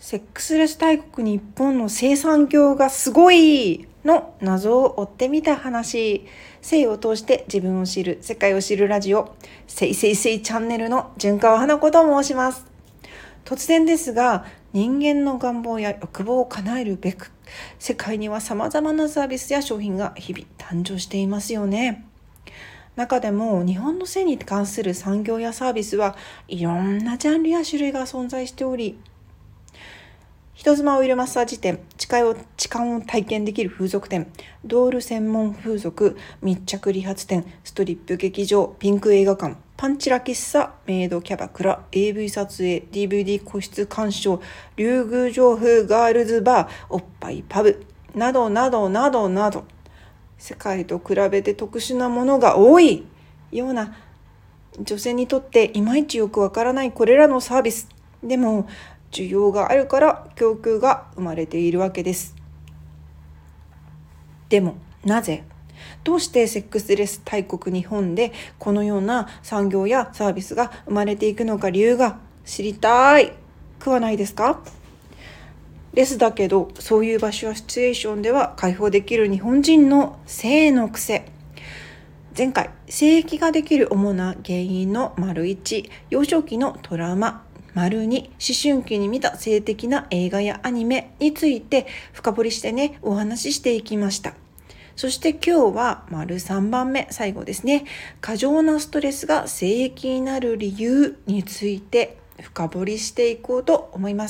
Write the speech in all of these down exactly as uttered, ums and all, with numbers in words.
セックスレス大国日本の生産業がすごいの謎を追ってみた話。性を通して自分を知る、世界を知るラジオ、せいせいせいチャンネルの純川花子と申します。突然ですが、人間の願望や欲望を叶えるべく、世界には様々なサービスや商品が日々誕生していますよね。中でも日本の性に関する産業やサービスはいろんなジャンルや種類が存在しており、人妻オイルマッサージ店、痴漢を痴漢を体験できる風俗店、ドール専門風俗、密着理髪店、ストリップ劇場、ピンク映画館、パンチラ喫茶、メイドキャバクラ、エーブイ 撮影、ディーブイディー 個室鑑賞、竜宮城風ガールズバー、おっぱいパブ、などなどなどなど、世界と比べて特殊なものが多いような、女性にとっていまいちよくわからないこれらのサービス。でも需要があるから供給が生まれているわけです。でもなぜ、どうしてセックスレス大国日本でこのような産業やサービスが生まれていくのか、理由が知りたいくはないですか？レスだけど、そういう場所やシチュエーションでは解放できる日本人の性の癖。前回、性癖ができる主な原因の丸いち、幼少期のトラウマ、丸に、思春期に見た性的な映画やアニメについて深掘りしてね、お話ししていきました。そして今日は丸さんばんめ、最後ですね。過剰なストレスが性癖になる理由について深掘りしていこうと思います。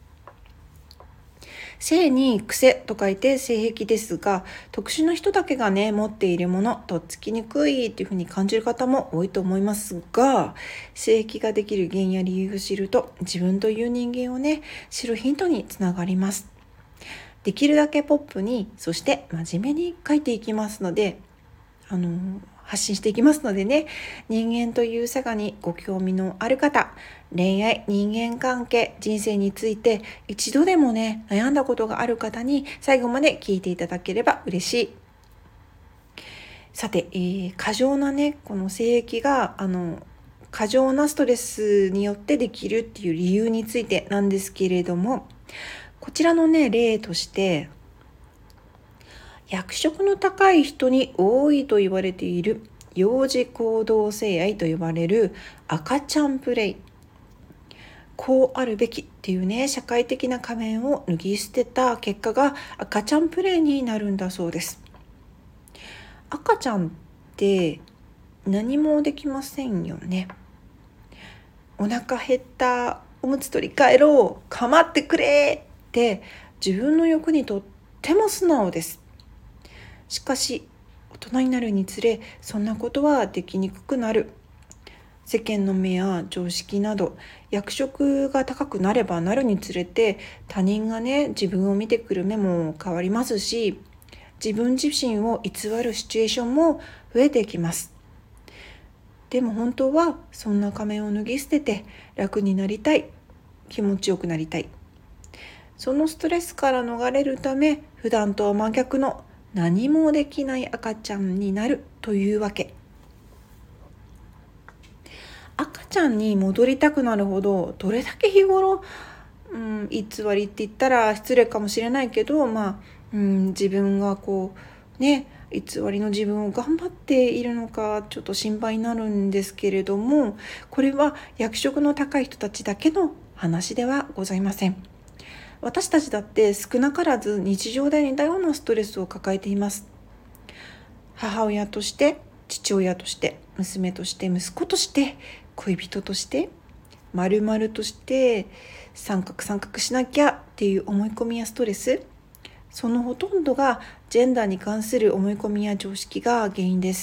性に癖と書いて性癖ですが、特殊な人だけがね持っているもの、とっつきにくいっていうふうに感じる方も多いと思いますが、性癖ができる原因や理由を知ると、自分という人間をね知るヒントにつながります。できるだけポップに、そして真面目に書いていきますので、あの発信していきますのでね、人間という差がにご興味のある方、恋愛、人間関係、人生について一度でもね悩んだことがある方に最後まで聞いていただければ嬉しい。さて、えー、過剰なねこの性癖があの過剰なストレスによってできるっていう理由についてなんですけれども、こちらのね例として、役職の高い人に多いと言われている幼児行動性愛と呼ばれる赤ちゃんプレイ、こうあるべきっていうね社会的な仮面を脱ぎ捨てた結果が赤ちゃんプレイになるんだそうです。赤ちゃんって何もできませんよね。お腹減った、おむつ取り替えろ、構ってくれって自分の欲にとっても素直です。しかし大人になるにつれ、そんなことはできにくくなる。世間の目や常識など、役職が高くなればなるにつれて、他人がね自分を見てくる目も変わりますし、自分自身を偽るシチュエーションも増えてきます。でも本当はそんな仮面を脱ぎ捨てて楽になりたい、気持ちよくなりたい。そのストレスから逃れるため、普段とは真逆の何もできない赤ちゃんになるというわけ。赤ちゃんに戻りたくなるほど、どれだけ日頃、うん、偽りって言ったら失礼かもしれないけど、まあ、うん、自分がこうね偽りの自分を頑張っているのかちょっと心配になるんですけれども、これは役職の高い人たちだけの話ではございません。私たちだって少なからず日常で似たようなストレスを抱えています。母親として、父親として、娘として、息子として、恋人として、丸々として三角三角しなきゃっていう思い込みやストレス、そのほとんどがジェンダーに関する思い込みや常識が原因です。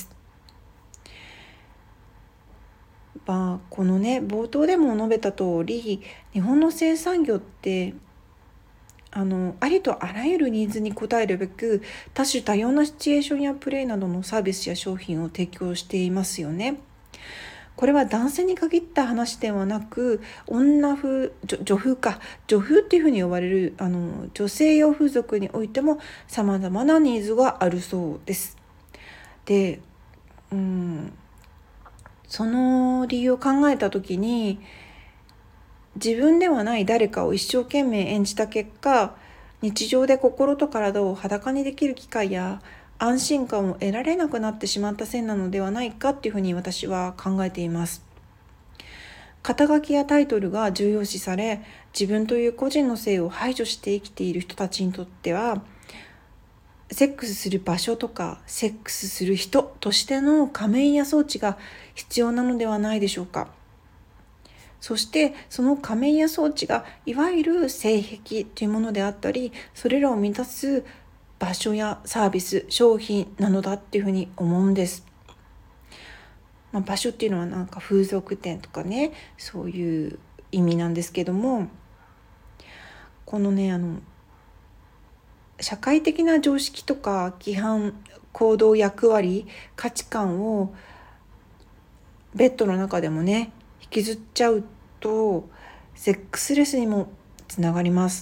まあ、このね冒頭でも述べた通り、日本の性産業ってあのありとあらゆるニーズに応えるべく、多種多様なシチュエーションやプレイなどのサービスや商品を提供していますよね。これは男性に限った話ではなく、女風、女風か、女風っていうふうに呼ばれるあの女性用風俗においても様々なニーズがあるそうです。で、うん、その理由を考えたときに、 自分ではない誰かを一生懸命演じた結果、日常で心と体を裸にできる機会や安心感を得られなくなってしまったせいなのではないかっていうふうに私は考えています。肩書きやタイトルが重要視され、自分という個人の性を排除して生きている人たちにとっては、セックスする場所とかセックスする人としての仮面や装置が必要なのではないでしょうか。そしてその仮面や装置がいわゆる性癖というものであったり、それらを満たす場所やサービス、商品なのだっていうふうに思うんです。まあ、場所っていうのはなんか風俗店とかね、そういう意味なんですけども、このねあの社会的な常識とか規範、行動、役割、価値観をベッドの中でもね引きずっちゃうとセックスレスにもつながります。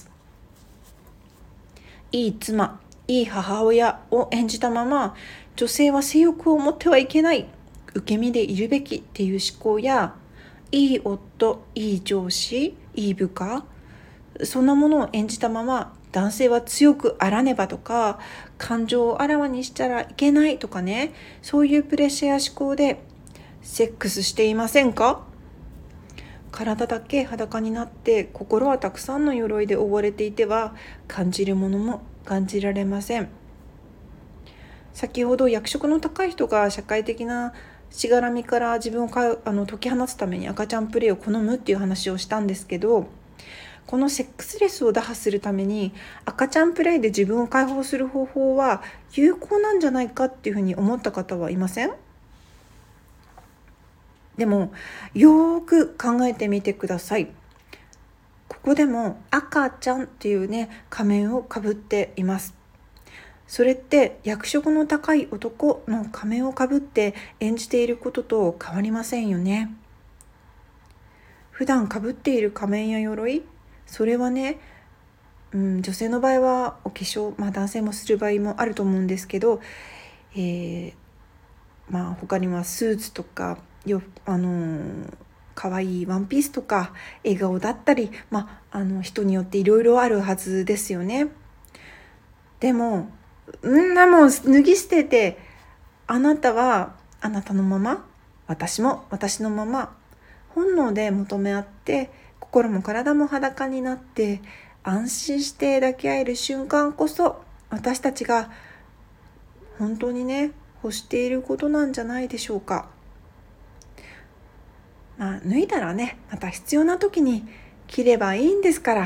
いい妻、いい母親を演じたまま、女性は性欲を持ってはいけない、受け身でいるべきっていう思考や、いい夫、いい上司、いい部下、そんなものを演じたまま、男性は強くあらねばとか、感情をあらわにしたらいけないとかね、そういうプレッシャーや思考でセックスしていませんか？体だけ裸になって心はたくさんの鎧で覆われていては感じるものも感じられません。先ほど役職の高い人が社会的なしがらみから自分をかあの解き放つために赤ちゃんプレイを好むっていう話をしたんですけど、このセックスレスを打破するために赤ちゃんプレイで自分を解放する方法は有効なんじゃないかっていうふうに思った方はいません？でもよーく考えてみてください。ここでも赤ちゃんっていうね仮面をかぶっています。それって役職の高い男の仮面をかぶって演じていることと変わりませんよね。普段かぶっている仮面や鎧、それはね、うん、女性の場合はお化粧、まあ男性もする場合もあると思うんですけど、えー、まあ他にはスーツとかよあのー可愛いワンピースとか笑顔だったり、まあ、あの人によっていろいろあるはずですよね。でもんなもん脱ぎ捨てて、あなたはあなたのまま、私も私のまま、本能で求め合って心も体も裸になって安心して抱き合える瞬間こそ、私たちが本当にね欲していることなんじゃないでしょうか。まあ脱いだらねまた必要な時に着ればいいんですから。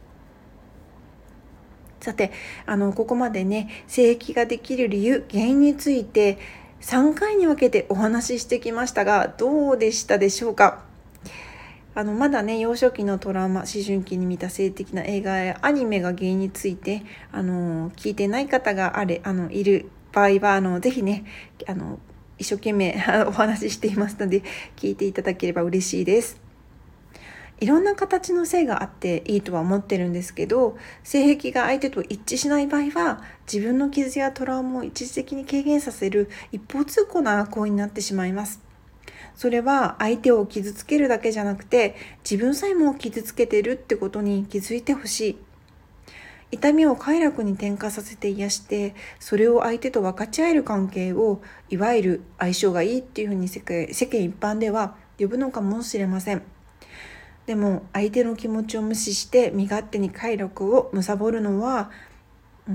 さて、あのここまでね性癖ができる理由、原因についてさんかいに分けてお話ししてきましたが、どうでしたでしょうか。あのまだね幼少期のトラウマ、思春期に見た性的な映画やアニメが原因についてあの聞いてない方があれあのいる場合はあのぜひねあの一生懸命お話ししていますので聞いていただければ嬉しいです。いろんな形の性があっていいとは思ってるんですけど、性癖が相手と一致しない場合は自分の傷やトラウマを一時的に軽減させる一方通行な行為になってしまいます。それは相手を傷つけるだけじゃなくて自分さえも傷つけてるってことに気づいてほしい。痛みを快楽に転化させて癒して、それを相手と分かち合える関係をいわゆる相性がいいっていうふうに世界、世間一般では呼ぶのかもしれません。でも相手の気持ちを無視して身勝手に快楽を貪るのは、うん、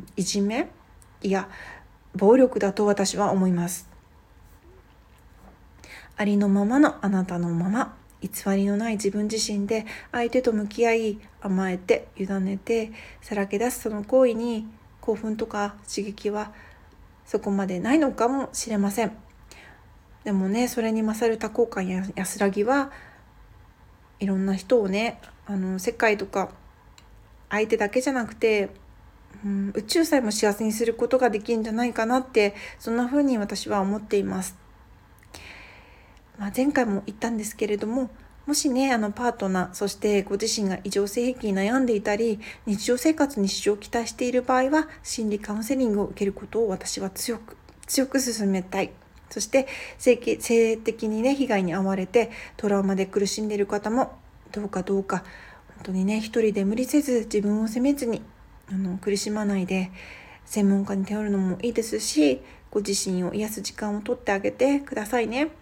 いじめ、いや暴力だと私は思います。ありのままのあなたのまま、偽りのない自分自身で相手と向き合い、甘えて委ねてさらけ出すその行為に興奮とか刺激はそこまでないのかもしれません。でもね、それに勝る多幸感や安らぎはいろんな人をね、あの世界とか相手だけじゃなくて、うん、宇宙さえも幸せにすることができるんじゃないかなって、そんな風に私は思っています。まあ、前回も言ったんですけれども、もしねあのパートナー、そしてご自身が異常性癖に悩んでいたり日常生活に支障をきたしている場合は心理カウンセリングを受けることを私は強く強く勧めたい。そして性的にね被害に遭われてトラウマで苦しんでいる方もどうかどうか本当にね、一人で無理せず自分を責めずにあの苦しまないで、専門家に頼るのもいいですし、ご自身を癒す時間をとってあげてくださいね。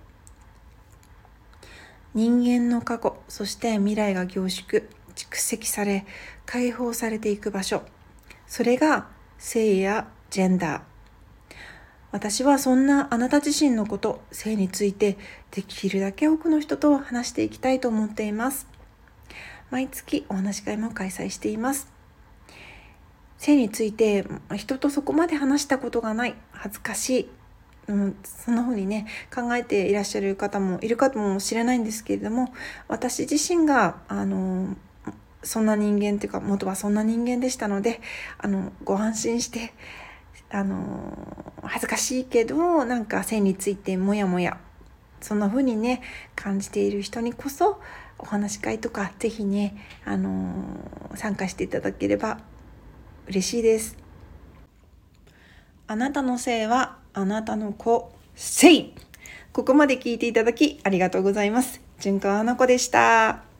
人間の過去、そして未来が凝縮、蓄積され、解放されていく場所、それが性やジェンダー。私はそんなあなた自身のこと、性についてできるだけ多くの人と話していきたいと思っています。毎月お話し会も開催しています。性について人とそこまで話したことがない、恥ずかしい、うん、そんな風にね考えていらっしゃる方もいるかもしれないんですけれども、私自身があのそんな人間というか元はそんな人間でしたので、あのご安心して、あの恥ずかしいけどなんか性についてもやもやそんな風にね感じている人にこそお話し会とかぜひね、あの参加していただければ嬉しいです。あなたの性はあなたの子、性。ここまで聞いていただきありがとうございます。純川花子でした。